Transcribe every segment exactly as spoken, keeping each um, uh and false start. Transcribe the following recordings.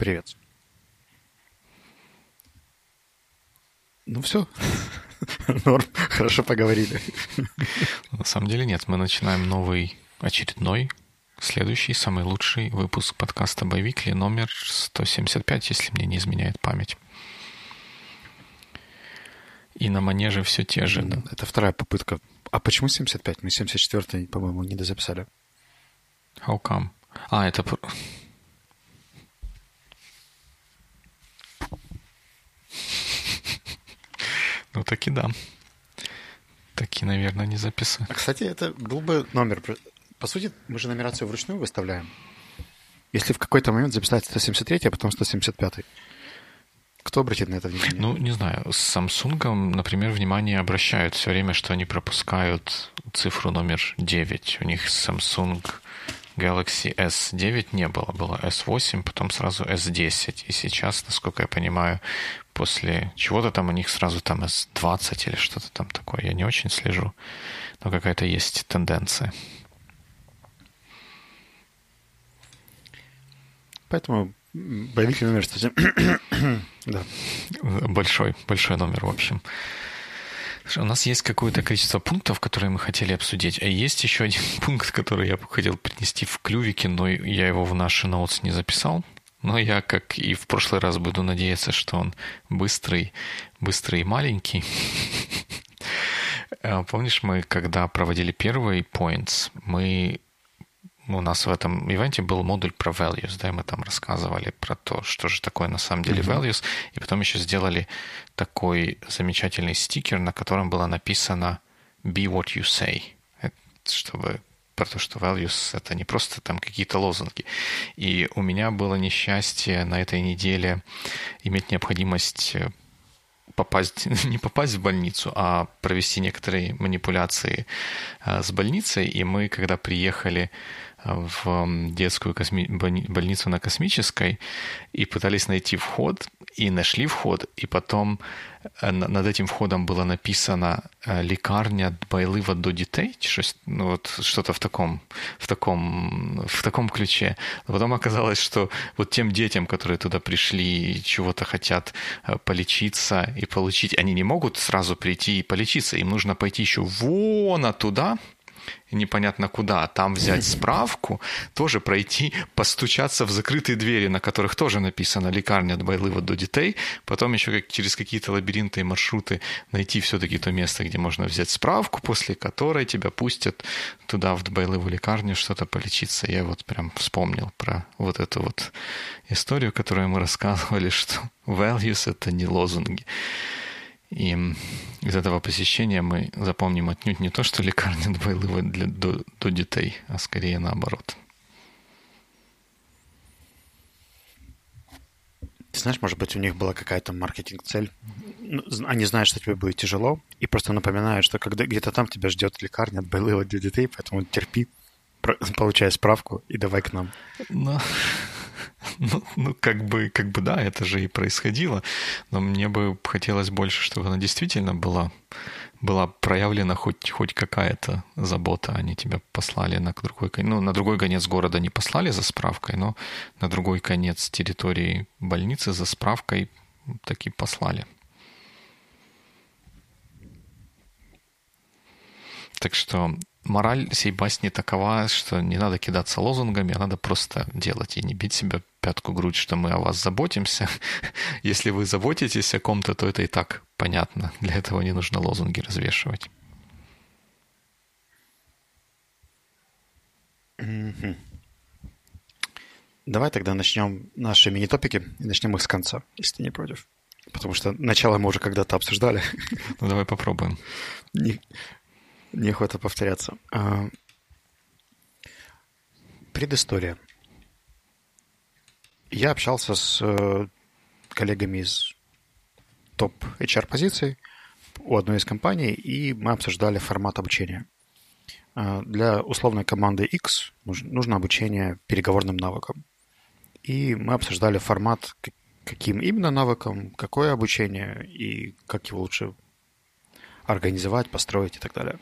привет. Ну все, норм, хорошо поговорили. На самом деле нет, мы начинаем новый, очередной, следующий, самый лучший выпуск подкаста Biweekly, номер сто семьдесят пять, если мне не изменяет память. И на манеже все те же. Да? Это вторая попытка. А почему семьдесят пять? Мы семьдесят четыре, по-моему, не дозаписали. How come? А, это... Ну, таки да. Таки, наверное, не записал. А, кстати, это был бы номер. По сути, мы же нумерацию вручную выставляем. Если в какой-то момент записать сто семьдесят три, а потом сто семьдесят пять. Кто обратит на это внимание? Ну, не знаю. С Samsung, например, внимание обращают все время, что они пропускают цифру номер девять. У них Samsung Galaxy эс девять не было. Было эс восемь, потом сразу эс десять. И сейчас, насколько я понимаю, после чего-то там у них сразу там эс двадцать или что-то там такое. Я не очень слежу. Но какая-то есть тенденция. Поэтому Biweekly номер, кстати, да. Большой, большой номер, в общем. У нас есть какое-то количество пунктов, которые мы хотели обсудить, а есть еще один пункт, который я бы хотел принести в клювике, но я его в наши ноутс не записал. Но я, как и в прошлый раз, буду надеяться, что он быстрый, быстрый и маленький. Помнишь, мы, когда проводили первый points, мы... У нас в этом ивенте был модуль про values, да, и мы там рассказывали про то, что же такое на самом деле Mm-hmm. values, и потом еще сделали такой замечательный стикер, на котором было написано «Be what you say», чтобы про то, что values — это не просто там какие-то лозунги. И у меня было несчастье на этой неделе иметь необходимость попасть, не попасть в больницу, а провести некоторые манипуляции с больницей, и мы, когда приехали в детскую косми... больницу на Космической и пытались найти вход, и нашли вход, и потом над этим входом было написано «Лікарня дбайлива до дітей», ну, вот что-то в таком, в, таком, в таком ключе. Но потом оказалось, что вот тем детям, которые туда пришли и чего-то хотят полечиться и получить, они не могут сразу прийти и полечиться, им нужно пойти еще вон туда, непонятно куда, там взять справку, тоже пройти, постучаться в закрытые двери, на которых тоже написано «Лікарня дбайлива до дітей», потом еще как, через какие-то лабиринты и маршруты найти все-таки то место, где можно взять справку, после которой тебя пустят туда, в дбайливу лікарню, что-то полечиться. Я вот прям вспомнил про вот эту вот историю, которую мы рассказывали, что values — это не лозунги. И из этого посещения мы запомним отнюдь не то, что лікарня дбайлива для, до, до детей, а скорее наоборот. Ты знаешь, может быть, у них была какая-то маркетинг-цель. Они знают, что тебе будет тяжело, и просто напоминают, что когда где-то там тебя ждет лекарня дбайлива для детей, поэтому терпи, получай справку и давай к нам. Но... Ну, ну как бы, как бы да, это же и происходило, но мне бы хотелось больше, чтобы она действительно была, была проявлена хоть, хоть какая-то забота. Они тебя послали на другой, ну, на другой конец города не послали за справкой, но на другой конец территории больницы за справкой таки послали. Так что мораль сей басни такова, что не надо кидаться лозунгами, а надо просто делать и не бить себя пятку в грудь, что мы о вас заботимся. Если вы заботитесь о ком-то, то это и так понятно. Для этого не нужно лозунги развешивать. Mm-hmm. Давай тогда начнем наши мини-топики и начнем их с конца, если ты не против. Потому что начало мы уже когда-то обсуждали. Ну, давай попробуем. Не... Неохота повторяться. Предыстория. Я общался с коллегами из топ-эйч ар-позиций у одной из компаний, и мы обсуждали формат обучения. Для условной команды X нужно обучение переговорным навыкам. И мы обсуждали формат, каким именно навыкам, какое обучение и как его лучше организовать, построить и так далее.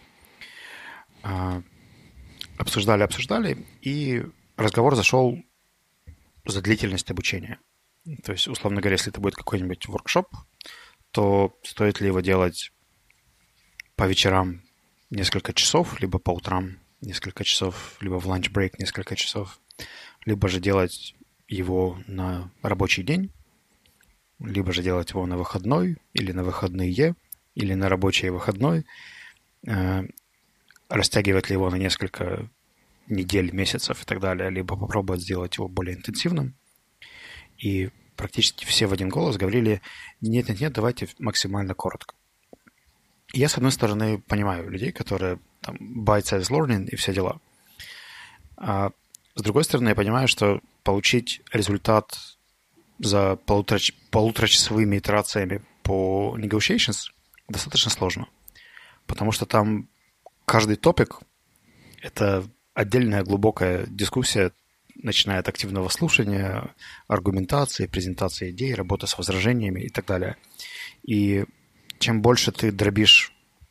Обсуждали, обсуждали, и разговор зашел за длительность обучения. То есть, условно говоря, если это будет какой-нибудь воркшоп, то стоит ли его делать по вечерам несколько часов, либо по утрам несколько часов, либо в ланч-брейк несколько часов, либо же делать его на рабочий день, либо же делать его на выходной, или на выходные, или на рабочий и выходной, э, растягивать ли его на несколько недель, месяцев и так далее, либо попробовать сделать его более интенсивным. И практически все в один голос говорили: нет-нет-нет, давайте максимально коротко. И я, с одной стороны, понимаю людей, которые там bite-size learning и все дела. А с другой стороны, я понимаю, что получить результат за полутора, полуторачасовыми итерациями по negotiations достаточно сложно. Потому что там каждый топик — это отдельная глубокая дискуссия, начиная от активного слушания, аргументации, презентации идей, работы с возражениями и так далее. И чем больше ты дробишь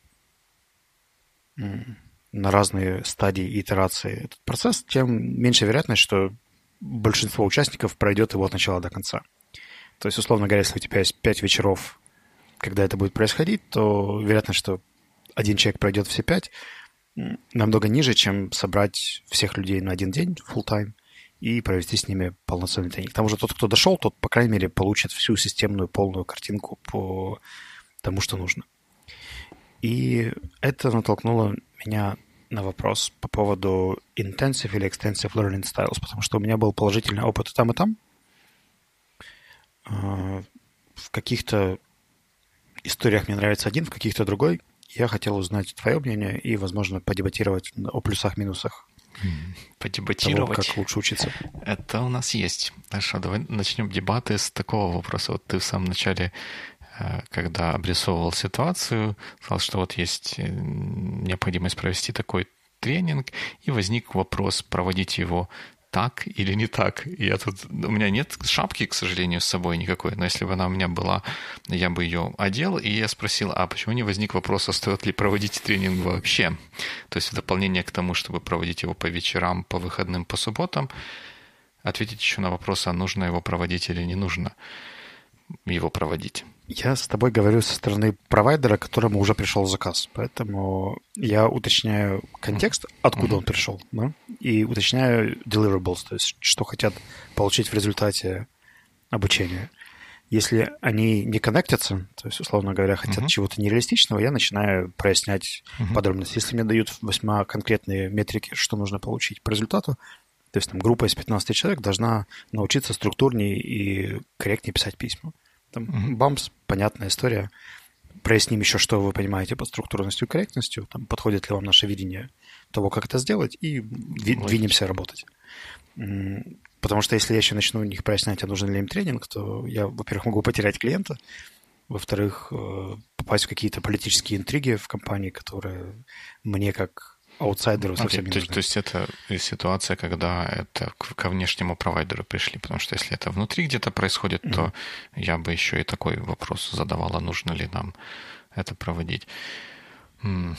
на разные стадии и итерации этот процесс, тем меньше вероятность, что большинство участников пройдет его от начала до конца. То есть, условно говоря, если у тебя есть пять вечеров, когда это будет происходить, то вероятность, что один человек пройдет все пять, намного ниже, чем собрать всех людей на один день, full-time, и провести с ними полноценный тренинг. К тому же тот, кто дошел, тот, по крайней мере, получит всю системную полную картинку по тому, что нужно. И это натолкнуло меня на вопрос по поводу intensive или extensive learning styles, потому что у меня был положительный опыт и там, и там. В каких-то историях мне нравится один, в каких-то другой. Я хотел узнать твое мнение и, возможно, подебатировать о плюсах-минусах. Подебатировать? Того, как лучше учиться. Это у нас есть. Хорошо, давай начнем дебаты с такого вопроса. Вот ты в самом начале, когда обрисовывал ситуацию, сказал, что вот есть необходимость провести такой тренинг, и возник вопрос, проводить его так или не так. И я тут... У меня нет шапки, к сожалению, с собой никакой, но если бы она у меня была, я бы ее одел, и я спросил, а почему не возник вопрос, а стоит ли проводить тренинг вообще? То есть в дополнение к тому, чтобы проводить его по вечерам, по выходным, по субботам, ответить еще на вопрос, а нужно его проводить или не нужно его проводить. Я с тобой говорю со стороны провайдера, которому уже пришел заказ. Поэтому я уточняю контекст, откуда mm-hmm. он пришел, да? И уточняю deliverables, то есть что хотят получить в результате обучения. Если они не коннектятся, то есть, условно говоря, хотят mm-hmm. чего-то нереалистичного, я начинаю прояснять mm-hmm. подробности. Если мне дают весьма конкретные метрики, что нужно получить по результату, то есть там группа из пятнадцати человек должна научиться структурнее и корректнее писать письма. Там mm-hmm. бамс, понятная история. Проясним еще, что вы понимаете под структурностью и корректностью, там, подходит ли вам наше видение того, как это сделать, и ви- двинемся работать. Потому что если я еще начну у них прояснять, а нужен ли им тренинг, то я, во-первых, могу потерять клиента, во-вторых, попасть в какие-то политические интриги в компании, которые мне как аутсайдеру совсем okay, не то, нужны. То есть это ситуация, когда это ко внешнему провайдеру пришли, потому что если это внутри где-то происходит, mm-hmm. то я бы еще и такой вопрос задавала, нужно ли нам это проводить. М-м.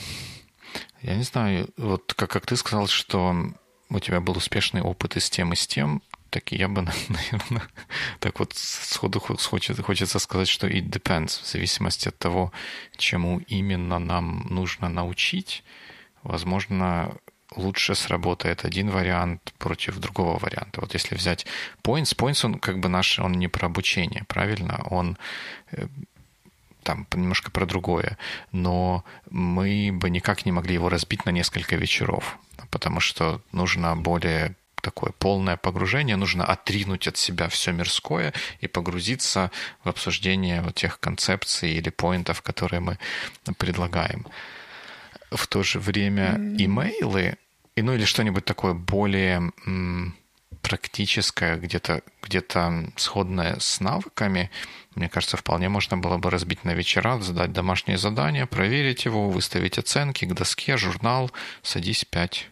Я не знаю, вот как, как ты сказал, что у тебя был успешный опыт и с тем, и с тем, так и я бы, наверное, так вот сходу хочется, хочется сказать, что it depends, в зависимости от того, чему именно нам нужно научить. Возможно, лучше сработает один вариант против другого варианта. Вот если взять Points, Points, он как бы наш, он не про обучение, правильно? Он там немножко про другое. Но мы бы никак не могли его разбить на несколько вечеров, потому что нужно более такое полное погружение, нужно отринуть от себя все мирское и погрузиться в обсуждение вот тех концепций или поинтов, которые мы предлагаем. В то же время имейлы, ну или что-нибудь такое более м, практическое, где-то, где-то сходное с навыками, мне кажется, вполне можно было бы разбить на вечера, задать домашнее задание, проверить его, выставить оценки к доске, журнал, садись пять.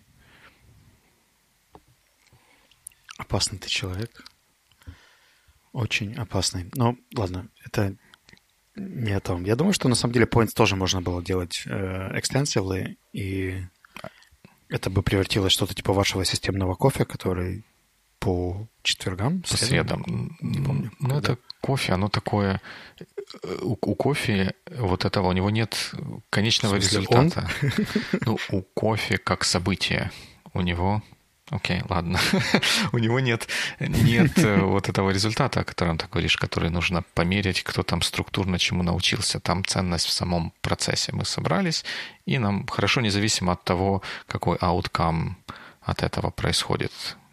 Опасный ты человек. Очень опасный. Ну, ладно, это... Не о том. Я думаю, что на самом деле points тоже можно было делать э, extensively, и это бы превратилось в что-то типа вашего системного кофе, который по четвергам, по средам. Не помню. Ну, когда. это кофе, оно такое... У, у кофе вот этого, у него нет конечного результата. Ну, у кофе как события. У него... Окей, okay, ладно. У него нет, нет вот этого результата, о котором ты говоришь, который нужно померить, кто там структурно чему научился. Там ценность в самом процессе. Мы собрались, и нам хорошо, независимо от того, какой ауткам от этого происходит.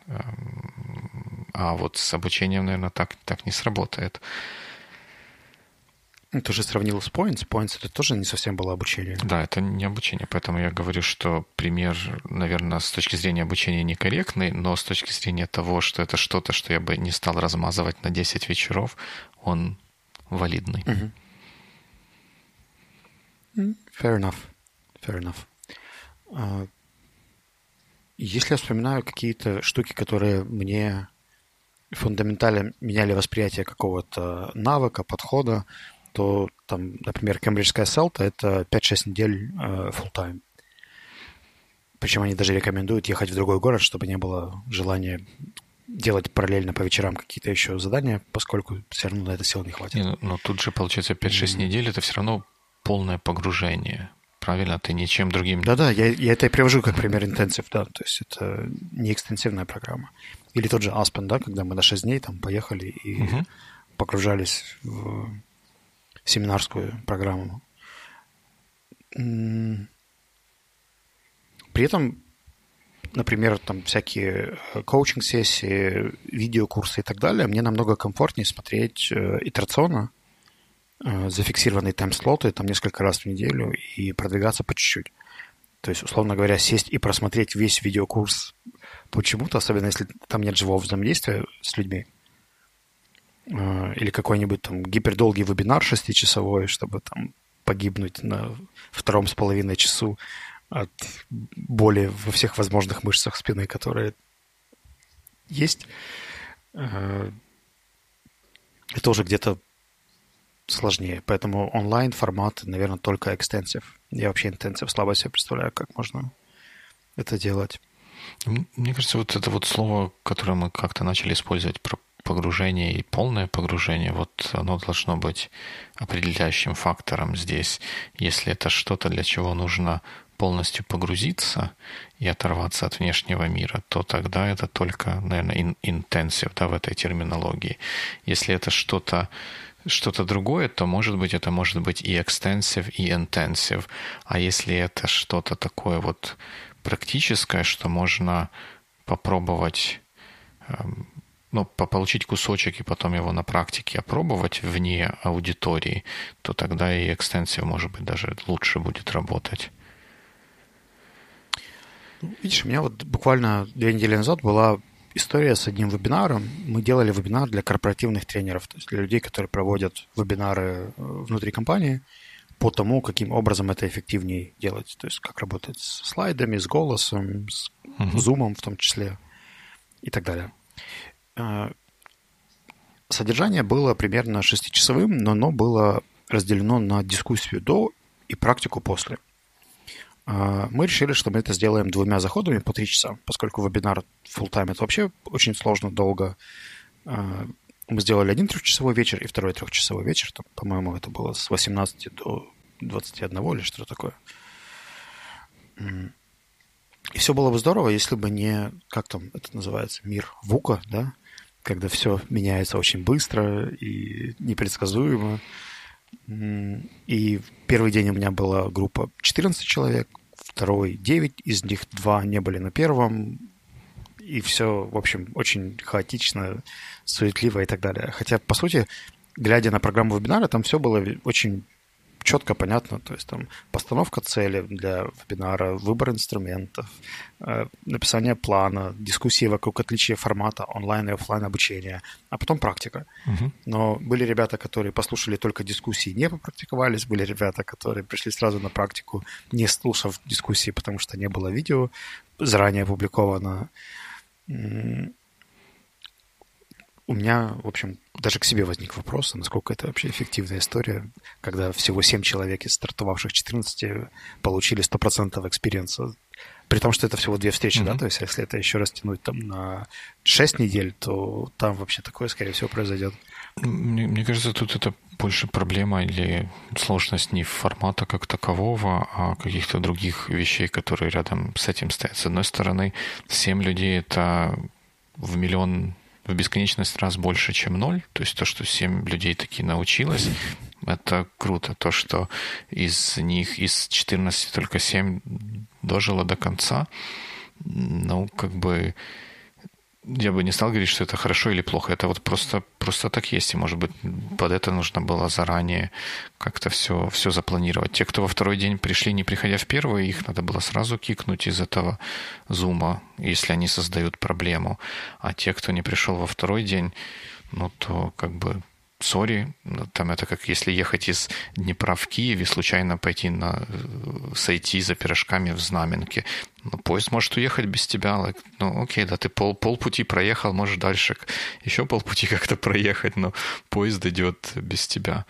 А вот с обучением, наверное, так, так не сработает. Ты же сравнил с Points. Points — это тоже не совсем было обучение. Да, это не обучение. Поэтому я говорю, что пример, наверное, с точки зрения обучения некорректный, но с точки зрения того, что это что-то, что я бы не стал размазывать на десять вечеров, он валидный. Mm-hmm. Fair enough. Fair enough. Uh, если я вспоминаю какие-то штуки, которые мне фундаментально меняли восприятие какого-то навыка, подхода, то там, например, кембриджская селта — это пять-шесть недель э, full-time. Причем они даже рекомендуют ехать в другой город, чтобы не было желания делать параллельно по вечерам какие-то еще задания, поскольку все равно на это сил не хватит. Не, но тут же, получается, пять-шесть mm-hmm. недель — это все равно полное погружение. Правильно? Ты ничем другим... Да-да, я, я это и привожу как пример интенсив, да. То есть это не экстенсивная программа. Или тот же Aspen, да, когда мы на шесть дней там поехали и mm-hmm. погружались в семинарскую программу. При этом, например, там всякие коучинг-сессии, видеокурсы и так далее, мне намного комфортнее смотреть итерационно зафиксированные тайм-слоты там несколько раз в неделю и продвигаться по чуть-чуть. То есть, условно говоря, сесть и просмотреть весь видеокурс почему-то, особенно если там нет живого взаимодействия с людьми, или какой-нибудь там гипердолгий вебинар шестичасовой, чтобы там погибнуть на втором с половиной часу от боли во всех возможных мышцах спины, которые есть. Это уже где-то сложнее. Поэтому онлайн-формат, наверное, только экстенсив. Я вообще интенсив слабо себе представляю, как можно это делать. Мне кажется, вот это вот слово, которое мы как-то начали использовать про погружение и полное погружение, вот оно должно быть определяющим фактором здесь. Если это что-то, для чего нужно полностью погрузиться и оторваться от внешнего мира, то тогда это только, наверное, интенсив, да, в этой терминологии. Если это что-то что-то другое, то, может быть, это может быть и extensive, и intensive. А если это что-то такое вот практическое, что можно попробовать, ну, получить кусочек и потом его на практике опробовать вне аудитории, то тогда и extensive, может быть, даже лучше будет работать. Видишь, у меня вот буквально две недели назад была история с одним вебинаром. Мы делали вебинар для корпоративных тренеров, то есть для людей, которые проводят вебинары внутри компании по тому, каким образом это эффективнее делать. То есть как работать с слайдами, с голосом, с uh-huh. зумом в том числе и так далее. Содержание было примерно шестичасовым, но оно было разделено на дискуссию до и практику после. Мы решили, что мы это сделаем двумя заходами по три часа, поскольку вебинар full-time — это вообще очень сложно, долго. Мы сделали один трехчасовой вечер и второй трехчасовой вечер. Там, по-моему, это было с восемнадцати до двадцати одного или что-то такое. И все было бы здорово, если бы не, как там это называется, мир вука, да, когда все меняется очень быстро и непредсказуемо. И в первый день у меня была группа четырнадцать человек, второй девять, из них два не были на первом, и все, в общем, очень хаотично, суетливо и так далее. Хотя, по сути, глядя на программу вебинара, там все было очень четко понятно, то есть там постановка цели для вебинара, выбор инструментов, написание плана, дискуссии вокруг отличия формата онлайн и офлайн обучения, а потом практика. Uh-huh. Но были ребята, которые послушали только дискуссии, не попрактиковались, были ребята, которые пришли сразу на практику, не слушав дискуссии, потому что не было видео заранее опубликовано. У меня, в общем, даже к себе возник вопрос, насколько это вообще эффективная история, когда всего семь человек из стартовавших четырнадцати получили сто процентов экспириенса При том, что это всего две встречи, Мгм. да, то есть если это еще растянуть там на шесть недель, то там вообще такое, скорее всего, произойдет. Мне, мне кажется, тут это больше проблема или сложность не формата как такового, а каких-то других вещей, которые рядом с этим стоят. С одной стороны, семь людей — это в миллион, в бесконечность раз больше, чем ноль. То есть то, что семь людей таки научилось, это круто. То, что из них, из четырнадцати только семь дожило до конца, ну, как бы я бы не стал говорить, что это хорошо или плохо. Это вот просто, просто так есть. И, может быть, под это нужно было заранее как-то все, все запланировать. Те, кто во второй день пришли, не приходя в первый, их надо было сразу кикнуть из этого зума, если они создают проблему. А те, кто не пришел во второй день, ну, то как бы сори, там это как если ехать из Днепра в Киев и случайно пойти на, сойти за пирожками в Знаменке. Ну, поезд может уехать без тебя. Like, ну, окей, да, ты пол, полпути проехал, можешь дальше еще полпути как-то проехать, но поезд идет без тебя.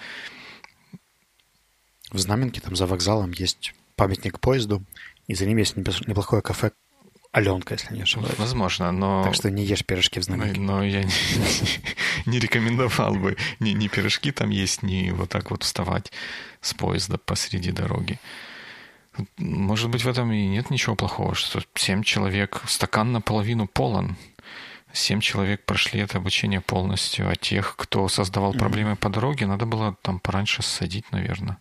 В Знаменке там за вокзалом есть памятник поезду, и за ним есть неплохое кафе Аленка, если не ошибаюсь. Возможно, но... Так что не ешь пирожки в Знаменке. Но я не, не рекомендовал бы ни, ни пирожки там есть, ни вот так вот вставать с поезда посреди дороги. Может быть, в этом и нет ничего плохого, что семь человек, стакан наполовину полон. Семь человек прошли это обучение полностью, а тех, кто создавал проблемы mm-hmm. по дороге, надо было там пораньше ссадить, наверное.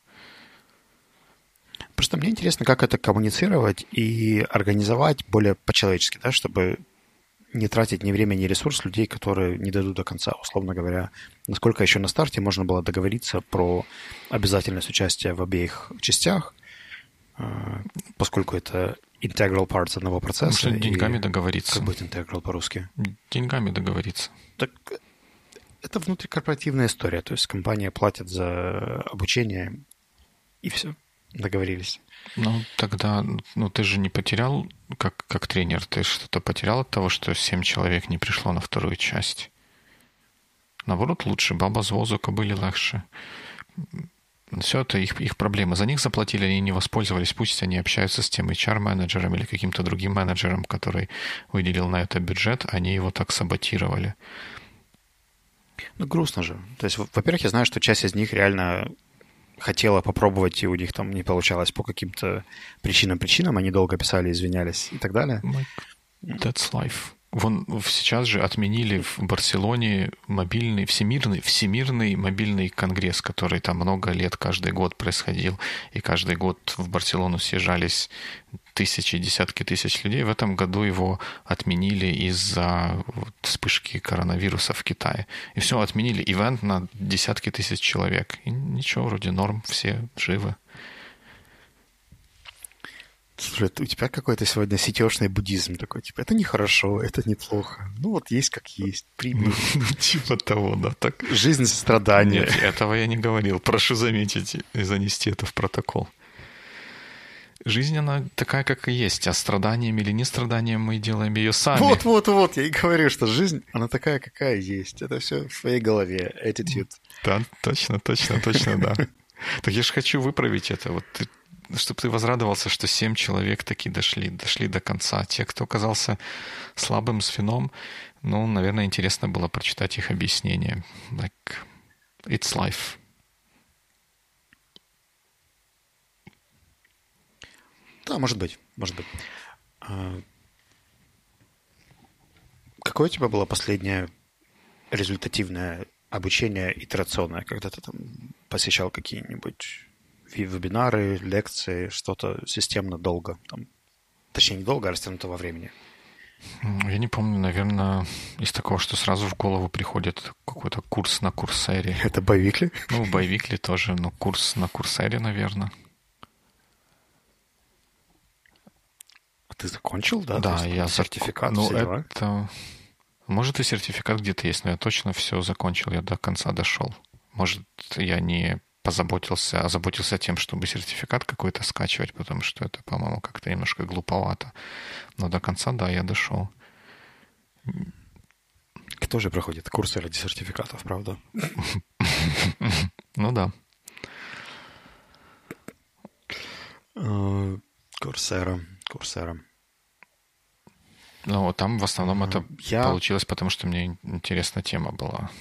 Просто мне интересно, как это коммуницировать и организовать более по-человечески, да, чтобы не тратить ни время, ни ресурс людей, которые не дойдут до конца, условно говоря. Насколько еще на старте можно было договориться про обязательность участия в обеих частях, поскольку это integral parts одного процесса. Может, деньгами договориться. Как будет integral по-русски? Деньгами договориться. Так это внутрикорпоративная история. То есть компания платит за обучение, и все. Договорились. Ну, тогда, ну, ты же не потерял, как, как тренер, ты что-то потерял от того, что семь человек не пришло на вторую часть? Наоборот, лучше. Баба з возу кобилі легше. Все это их, их проблемы. За них заплатили, они не воспользовались. Пусть они общаются с тем эйч ар-менеджером или каким-то другим менеджером, который выделил на это бюджет, они его так саботировали. Ну, грустно же. То есть, во-первых, я знаю, что часть из них реально хотела попробовать, и у них там не получалось по каким-то причинам-причинам. Они долго писали, извинялись и так далее. Like, that's life. Вон сейчас же отменили в Барселоне мобильный, всемирный, всемирный мобильный конгресс, который там много лет каждый год происходил, и каждый год в Барселону съезжались тысячи, десятки тысяч людей. В этом году его отменили из-за вот вспышки коронавируса в Китае. И все, отменили ивент на десятки тысяч человек. И ничего, вроде норм, все живы. Слушай, у тебя какой-то сегодня сетешный буддизм такой, типа, это нехорошо, это неплохо. Ну вот есть как есть, прими. Типа того, да. Так. Жизнь страдания. Нет, этого я не говорил. Прошу заметить и занести это в протокол. Жизнь, она такая, как и есть. А страданием или не страданием мы делаем ее сами. Вот-вот-вот, я и говорю, что жизнь, она такая, какая есть. Это все в своей голове, attitude. Да, точно, точно, точно, да. Так я же хочу выправить это. Вот ты чтобы ты возрадовался, что семь человек таки дошли, дошли до конца. Те, кто оказался слабым с вином, ну, наверное, интересно было прочитать их объяснение. Like, it's life. Да, может быть, может быть. Какое у тебя было последнее результативное обучение итерационное, когда ты там посещал какие-нибудь вебинары, лекции, что-то системно долго. Там, точнее, не долго, а растянуто во времени. Я не помню, наверное, из такого, что сразу в голову приходит какой-то курс на Курсере. Это Байвикли? Ну, Байвикли тоже, но курс на Курсере, наверное. А ты закончил, да? Да, я сертификат, ну, все дела? Это... Может, и сертификат где-то есть, но я точно все закончил, я до конца дошел. Может, я не позаботился, озаботился тем, чтобы сертификат какой-то скачивать, потому что это, по-моему, как-то немножко глуповато. Но до конца, да, я дошел. Кто же проходит курсы ради сертификатов, правда? Ну да. Курсера, Курсера. Ну, там в основном это Я получилось, потому что мне интересна тема была.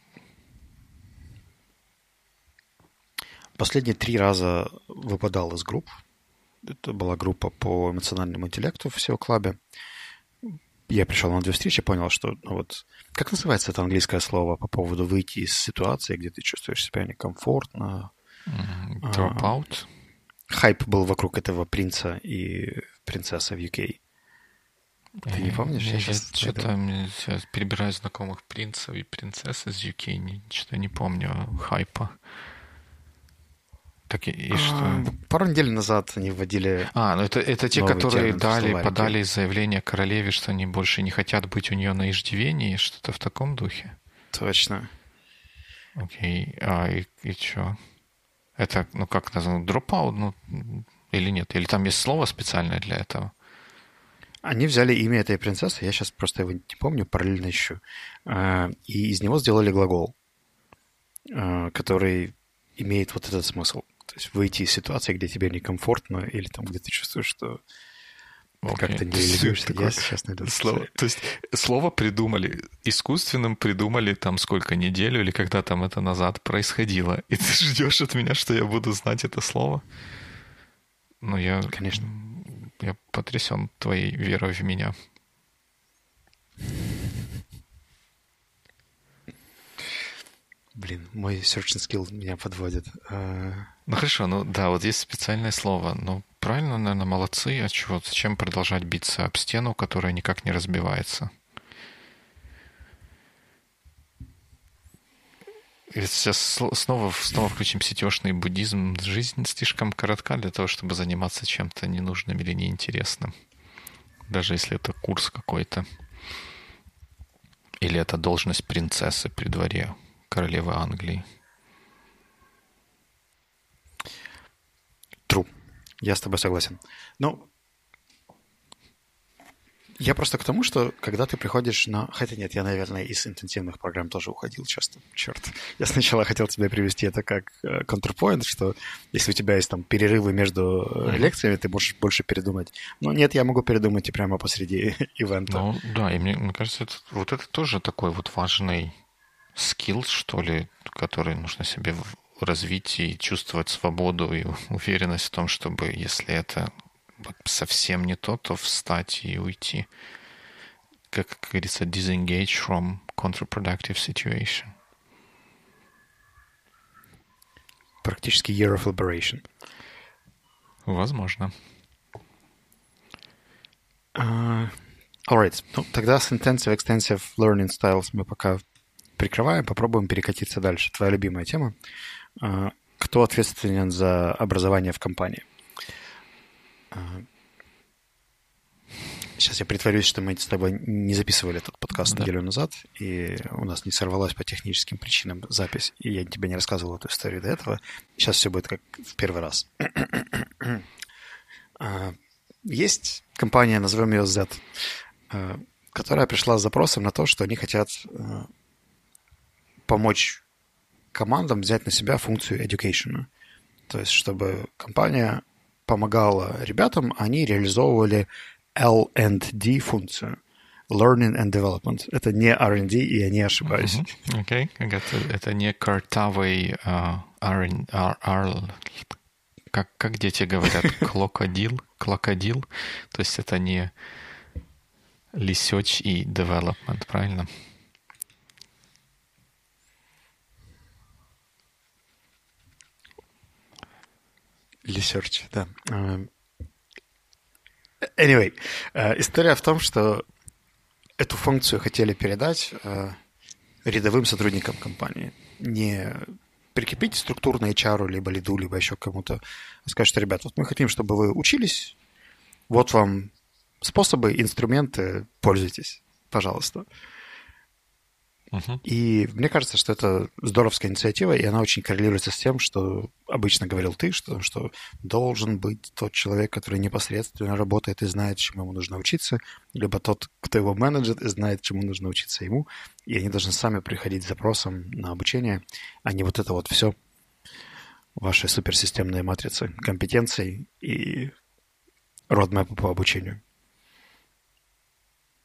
последние три раза выпадал из групп. Это была группа по эмоциональному интеллекту в SEO-клабе. Я пришел на две встречи, понял, что ну вот... Как называется это английское слово по поводу выйти из ситуации, где ты чувствуешь себя некомфортно? Drop out? Хайп был вокруг этого принца и принцессы в ю кей. Ты не помнишь? Я, Я я сейчас что-то сейчас перебираю знакомых принцев и принцесс из ю кей, что-то не помню хайпа. Так и, и что? А, пару недель назад они вводили... А, ну это, это те, новый которые термин в дали, словарике. подали заявление королеве, что они больше не хотят быть у нее на иждивении, что-то в таком духе. Точно. Окей, а и, и что? Это, ну как названо, dropout, ну, или нет? Или там есть слово специальное для этого? Они взяли имя этой принцессы, я сейчас просто его не помню, параллельно ищу, а, и из него сделали глагол, а, который имеет вот этот смысл. То есть выйти из ситуации, где тебе некомфортно, или там, где ты чувствуешь, что ты Окей. как-то не реализуешься. Я сейчас найду Слово, то есть слово придумали, искусственным придумали там сколько, неделю или когда там это назад происходило, и ты ждешь от меня, что я буду знать это слово? Ну, я... Конечно. Я потрясен твоей верой в меня. Блин, мой searching skill меня подводит. А, Ну хорошо, ну да, вот есть специальное слово. Ну, правильно, наверное, молодцы. А чего? Зачем продолжать биться об стену, которая никак не разбивается? И сейчас с- снова, снова включим сетешный буддизм. Жизнь слишком коротка для того, чтобы заниматься чем-то ненужным или неинтересным. Даже если это курс какой-то. Или это должность принцессы при дворе королевы Англии. True. Я с тобой согласен. Ну, я просто к тому, что когда ты приходишь на... Хотя нет, я, наверное, из интенсивных программ тоже уходил часто. Черт. Я сначала хотел тебе привести это как э, counterpoint, что если у тебя есть там перерывы между э, Мгм. лекциями, ты можешь больше передумать. Но нет, я могу передумать и прямо посреди ивента. Ну да, и мне, мне кажется, это, вот это тоже такой вот важный скилл, что ли, который нужно себе в- развить и чувствовать свободу и уверенность в том, чтобы, если это вот совсем не то, то встать и уйти. Как, как говорится, disengage from counterproductive situation. Практически year of liberation. Возможно. Uh, alright. Ну, тогда с intensive, extensive learning styles мы пока прикрываем, попробуем перекатиться дальше. Твоя любимая тема. Uh, кто ответственен за образование в компании? Uh, сейчас я притворюсь, что мы с тобой не записывали этот подкаст Да. неделю назад, и у нас не сорвалась по техническим причинам запись, и я тебе не рассказывал эту историю до этого. Сейчас все будет как в первый раз. Uh, есть компания, назовем ее Z, uh, которая пришла с запросом на то, что они хотят uh, помочь командам взять на себя функцию education. То есть, чтобы компания помогала ребятам, они реализовывали эл энд ди функцию. Learning and Development. Это не ар энд ди, и я не ошибаюсь. Мгм. Окей. Как Это, это не картавый а, R N R- R- как, как дети говорят, клокодил, клокодил. То есть это не research и development, правильно? Research, да. Uh, Anyway, uh, история в том, что эту функцию хотели передать uh, рядовым сотрудникам компании. Не прикрепить структурно эйч ар, либо лиду, либо еще кому-то. Сказать, что, ребят, вот мы хотим, чтобы вы учились, вот вам способы, инструменты, пользуйтесь, пожалуйста. Мгм. И мне кажется, что это здоровская инициатива, и она очень коррелируется с тем, что обычно говорил ты, что, что должен быть тот человек, который непосредственно работает и знает, чему ему нужно учиться, либо тот, кто его менеджет и знает, чему нужно учиться ему, и они должны сами приходить с запросом на обучение, а не вот это вот все, ваши суперсистемные матрицы компетенций и родмэпа по обучению.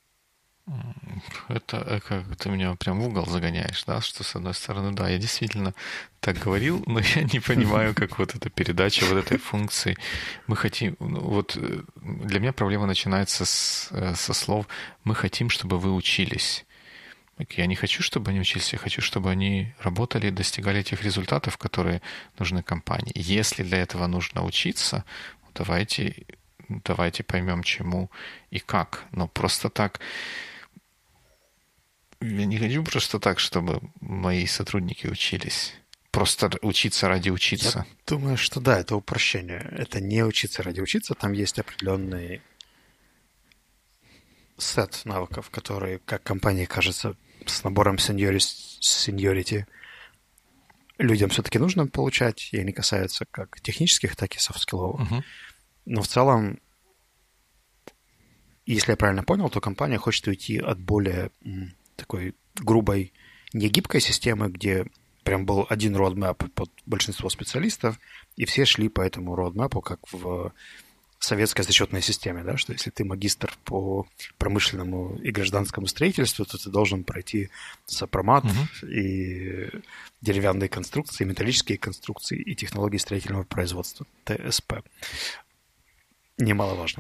Это как ты меня прям в угол загоняешь, да, что с одной стороны, да, я действительно так говорил, но я не понимаю, как вот эта передача вот этой функции. Мы хотим, ну, вот для меня проблема начинается с, со слов «мы хотим, чтобы вы учились». Я не хочу, чтобы они учились, я хочу, чтобы они работали и достигали тех результатов, которые нужны компании. Если для этого нужно учиться, давайте, давайте поймем, чему и как. Но просто так... Я не хочу просто так, чтобы мои сотрудники учились. Просто учиться ради учиться. Я думаю, что да, это упрощение. Это не учиться ради учиться. Там есть определенный сет навыков, которые, как компании, кажется, с набором seniority людям все-таки нужно получать, и они касаются как технических, так и софт-скилловых. Uh-huh. Но в целом, если я правильно понял, то компания хочет уйти от более м, такой грубой, негибкой системы, где прям был один roadmap под большинство специалистов, и все шли по этому roadmap, как в советской зачетной системе, да, что если ты магистр по промышленному и гражданскому строительству, то ты должен пройти сопромат uh-huh. и деревянные конструкции, металлические конструкции и технологии строительного производства, тэ эс пэ. Немаловажно.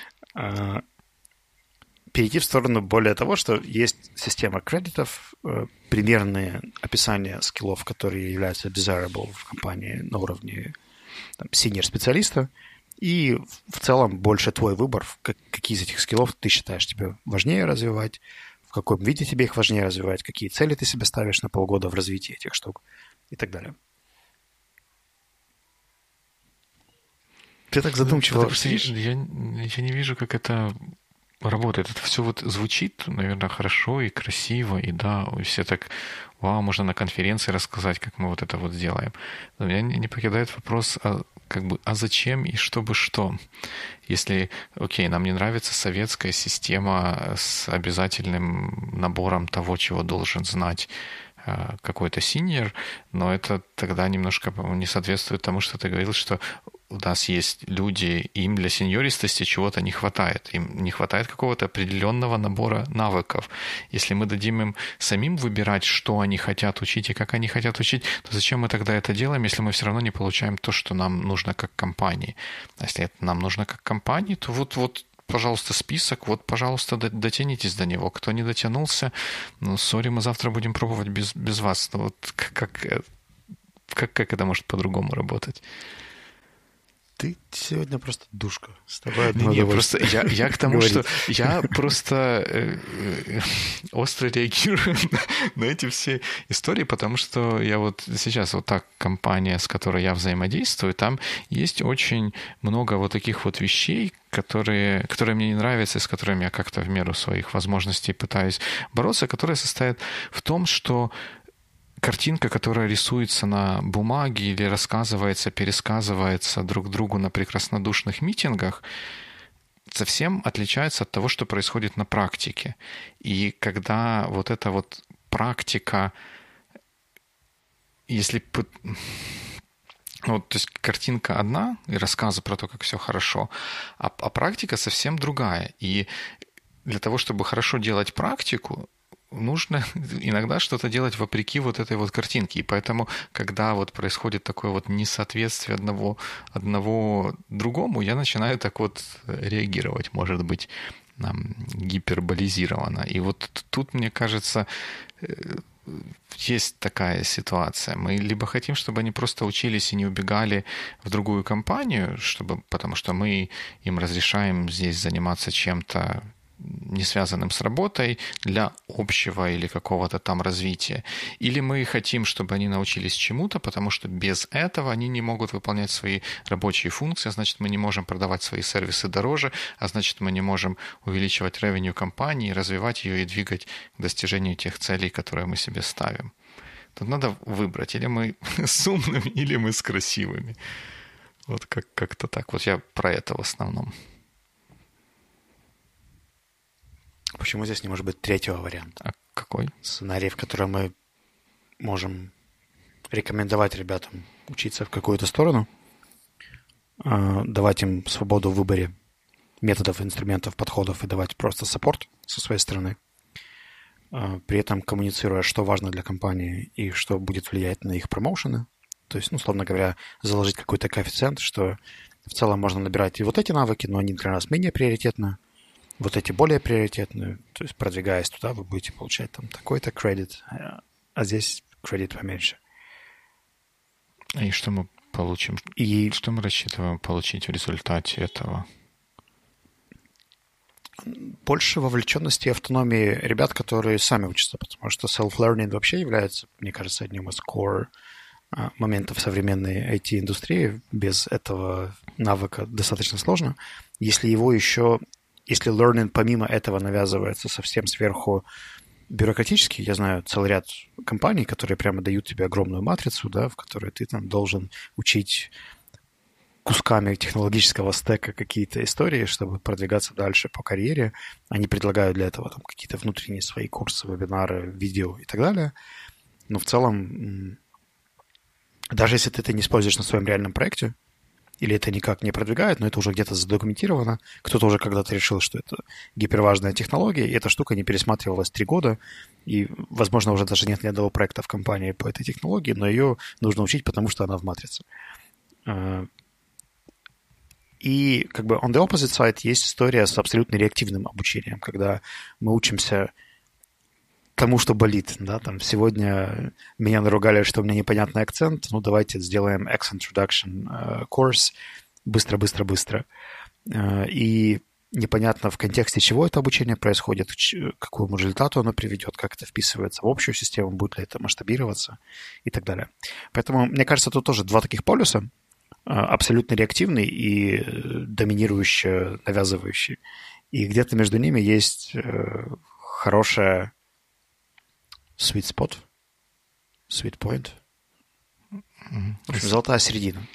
Перейти в сторону более того, что есть система кредитов, примерные описания скиллов, которые являются desirable в компании на уровне там, senior-специалиста, и в целом больше твой выбор, как, какие из этих скиллов ты считаешь тебе важнее развивать, в каком виде тебе их важнее развивать, какие цели ты себе ставишь на полгода в развитии этих штук и так далее. Ты так задумчиво... Я, я, я не вижу, как это работает. Это все вот звучит, наверное, хорошо и красиво, и да, все так, вау, можно на конференции рассказать, как мы вот это вот сделаем. Но меня не покидает вопрос, а, как бы, а зачем и чтобы что? Если, окей, нам не нравится советская система с обязательным набором того, чего должен знать какой-то синьор, но это тогда немножко, по-моему, не соответствует тому, что ты говорил, что у нас есть люди, им для сеньористости чего-то не хватает. Им не хватает какого-то определенного набора навыков. Если мы дадим им самим выбирать, что они хотят учить и как они хотят учить, то зачем мы тогда это делаем, если мы все равно не получаем то, что нам нужно как компании? А если это нам нужно как компании, то вот, вот пожалуйста, список, вот, пожалуйста, дотянитесь до него. Кто не дотянулся, ну, сори, мы завтра будем пробовать без, без вас. Ну, вот как, как, как это может по-другому работать? Ты сегодня просто душка. С тобой одно не, не, просто я, я к тому, что я просто э, э, остро реагирую на, на эти все истории, потому что я вот сейчас вот так, компания, с которой я взаимодействую, там есть очень много вот таких вот вещей, которые, которые мне не нравятся, с которыми я как-то в меру своих возможностей пытаюсь бороться, которые состоят в том, что картинка, которая рисуется на бумаге или рассказывается, пересказывается друг другу на прекраснодушных митингах, совсем отличается от того, что происходит на практике. И когда вот эта вот практика, если... Вот, то есть картинка одна, и рассказы про то, как все хорошо, а, а практика совсем другая. И для того, чтобы хорошо делать практику, нужно иногда что-то делать вопреки вот этой вот картинке. И поэтому, когда вот происходит такое вот несоответствие одного, одного другому, я начинаю так вот реагировать, может быть, гиперболизированно. И вот тут, мне кажется, есть такая ситуация. Мы либо хотим, чтобы они просто учились и не убегали в другую компанию, чтобы, потому что мы им разрешаем здесь заниматься чем-то, не связанным с работой, для общего или какого-то там развития. Или мы хотим, чтобы они научились чему-то, потому что без этого они не могут выполнять свои рабочие функции, а значит, мы не можем продавать свои сервисы дороже, а значит, мы не можем увеличивать ревеню компании, развивать ее и двигать к достижению тех целей, которые мы себе ставим. Тут надо выбрать, или мы с умными, или мы с красивыми. Вот как- как-то так. Вот я про это в основном. Почему здесь не может быть третьего варианта? А какой? Сценарий, в котором мы можем рекомендовать ребятам учиться в какую-то сторону, давать им свободу в выборе методов, инструментов, подходов и давать просто саппорт со своей стороны. при этом коммуницируя, что важно для компании и что будет влиять на их промоушены. То есть, ну, условно говоря, заложить какой-то коэффициент, что в целом можно набирать и вот эти навыки, но они для нас менее приоритетны, вот эти более приоритетные. То есть, продвигаясь туда, вы будете получать там такой-то кредит, а здесь кредит поменьше. И что мы получим? И что мы рассчитываем получить в результате этого? Больше вовлеченности и автономии ребят, которые сами учатся, потому что self-learning вообще является, мне кажется, одним из core моментов современной ай ти-индустрии. Без этого навыка достаточно сложно. Если его еще, если learning помимо этого навязывается совсем сверху бюрократически, я знаю целый ряд компаний, которые прямо дают тебе огромную матрицу, да, в которой ты там должен учить кусками технологического стека какие-то истории, чтобы продвигаться дальше по карьере. Они предлагают для этого там какие-то внутренние свои курсы, вебинары, видео и так далее. Но в целом, даже если ты это не используешь на своем реальном проекте, или это никак не продвигает, но это уже где-то задокументировано, кто-то уже когда-то решил, что это гиперважная технология, и эта штука не пересматривалась три года, и, возможно, уже даже нет ни одного проекта в компании по этой технологии, но ее нужно учить, потому что она в матрице. И как бы on the opposite side есть история с абсолютно реактивным обучением, когда мы учимся тому, что болит. Да? Там сегодня меня наругали, что у меня непонятный акцент. Ну, давайте сделаем X-Introduction course быстро-быстро-быстро. И непонятно в контексте чего это обучение происходит, к какому результату оно приведет, как это вписывается в общую систему, будет ли это масштабироваться и так далее. Поэтому, мне кажется, тут тоже два таких полюса. Абсолютно реактивный и доминирующий, навязывающий. И где-то между ними есть хорошая sweet spot, sweet point. Mm-hmm. В общем, золотая середина.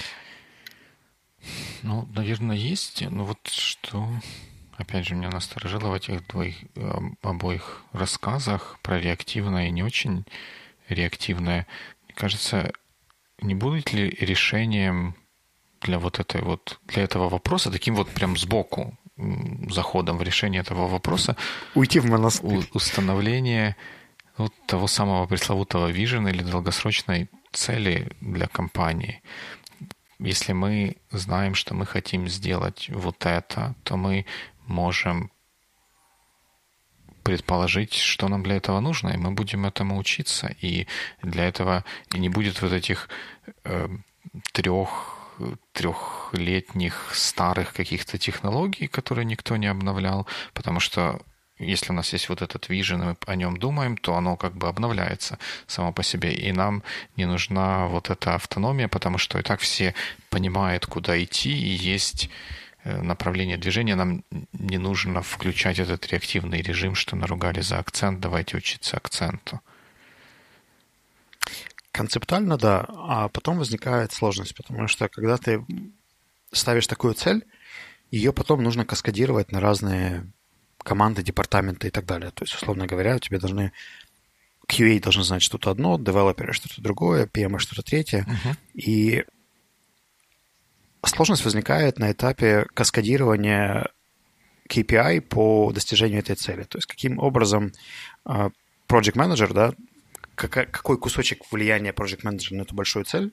Ну, наверное, есть. Но вот что, опять же, меня насторожило в этих двоих, обоих рассказах про реактивное и не очень реактивное. Мне кажется, не будет ли решением для вот этой вот, для этого вопроса, таким вот прям сбоку заходом в решение этого вопроса, уйти в монастырь, установление вот того самого пресловутого вижена или долгосрочной цели для компании. Если мы знаем, что мы хотим сделать вот это, то мы можем предположить, что нам для этого нужно, и мы будем этому учиться. И для этого и не будет вот этих э, трех, трехлетних старых каких-то технологий, которые никто не обновлял, потому что если у нас есть вот этот vision, и мы о нем думаем, то оно как бы обновляется само по себе. И нам не нужна вот эта автономия, потому что и так все понимают, куда идти, и есть направление движения. Нам не нужно включать этот реактивный режим, что наругали за акцент, давайте учиться акценту. Концептуально, да. А потом возникает сложность, потому что когда ты ставишь такую цель, ее потом нужно каскадировать на разные команды, департаменты и так далее. То есть, условно говоря, у тебя должны кью эй должны знать что-то одно, девелоперы что-то другое, пи эм что-то третье. Uh-huh. И сложность возникает на этапе каскадирования кей пи ай по достижению этой цели. То есть, каким образом uh, project manager, да, какой, какой кусочек влияния project manager на эту большую цель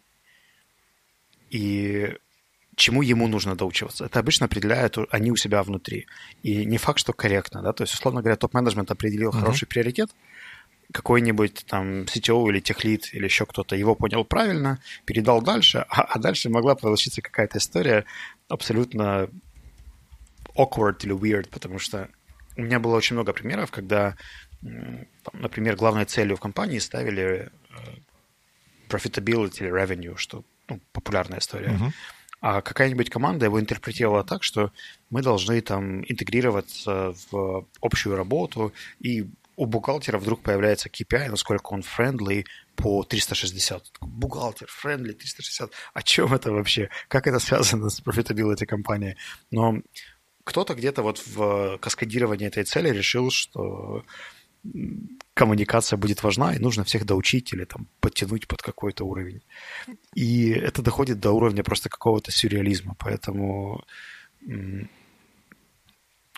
и чему ему нужно доучиваться. Это обычно определяют они у себя внутри. И не факт, что корректно. Да? То есть, условно говоря, топ-менеджмент определил uh-huh. хороший приоритет, какой-нибудь там си ти о или техлид или еще кто-то его понял правильно, передал дальше, а, а дальше могла получиться какая-то история абсолютно awkward или weird, потому что у меня было очень много примеров, когда, там, например, главной целью в компании ставили profitability или revenue, что ну, популярная история. Uh-huh. А какая-нибудь команда его интерпретировала так, что мы должны там интегрироваться в общую работу, и у бухгалтера вдруг появляется кей пи ай, насколько он friendly по триста шестьдесят. Бухгалтер, friendly, триста шестьдесят. О чем это вообще? Как это связано с profitability компании? Но кто-то где-то вот в каскадировании этой цели решил, что коммуникация будет важна, и нужно всех доучить или там подтянуть под какой-то уровень. И это доходит до уровня просто какого-то сюрреализма. Поэтому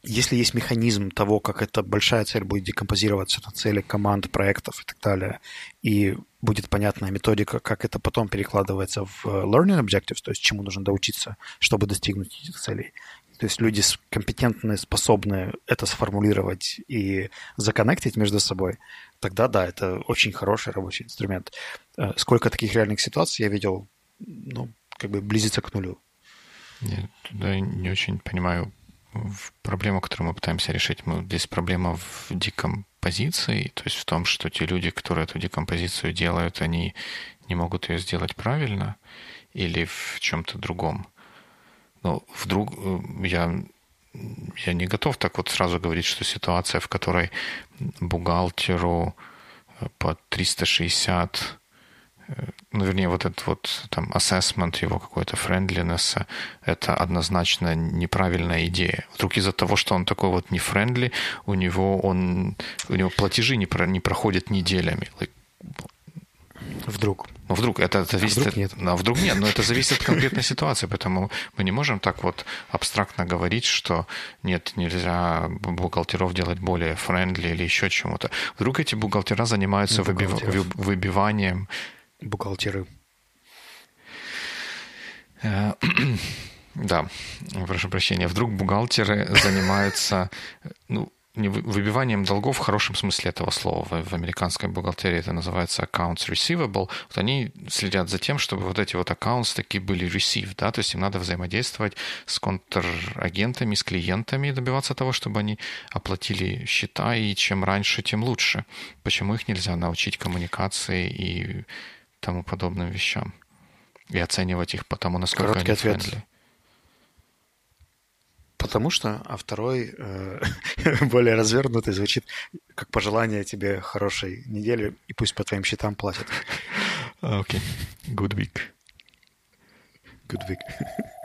если есть механизм того, как эта большая цель будет декомпозироваться на цели команд, проектов и так далее, и будет понятная методика, как это потом перекладывается в learning objectives, то есть чему нужно доучиться, чтобы достигнуть этих целей. То есть люди компетентные, способны это сформулировать и законнектить между собой, тогда да, это очень хороший рабочий инструмент. Сколько таких реальных ситуаций я видел, ну, как бы близится к нулю. Я туда не очень понимаю проблему, которую мы пытаемся решить. Мы, здесь проблема в декомпозиции, то есть в том, что те люди, которые эту декомпозицию делают, они не могут ее сделать правильно, или в чем-то другом. Но вдруг я, я не готов так вот сразу говорить, что ситуация, в которой бухгалтеру по триста шестьдесят, ну, вернее, вот этот вот там assessment его какой-то friendliness, это однозначно неправильная идея. Вдруг из-за того, что он такой вот не friendly, у него он, у него платежи не, про, не проходят неделями. Вдруг. Ну, вдруг это зависит... А вдруг нет. А вдруг нет, но это зависит от конкретной ситуации, поэтому мы не можем так вот абстрактно говорить, что нет, нельзя бухгалтеров делать более friendly или еще чему-то. Вдруг эти бухгалтера занимаются выбив... выбиванием... Бухгалтеры. Да, прошу прощения. Вдруг бухгалтеры занимаются... Ну, не выбиванием долгов в хорошем смысле этого слова. В, в американской бухгалтерии это называется accounts receivable. Вот они следят за тем, чтобы вот эти вот accounts такие были received, да, то есть им надо взаимодействовать с контрагентами, с клиентами и добиваться того, чтобы они оплатили счета, и чем раньше, тем лучше. Почему их нельзя научить коммуникации и тому подобным вещам? И оценивать их по тому, насколько Короткий они ответ. friendly. Потому что, а второй, э, более развернутый, звучит как пожелание тебе хорошей недели, и пусть по твоим счетам платят. Окей. Okay. Good week. Good week.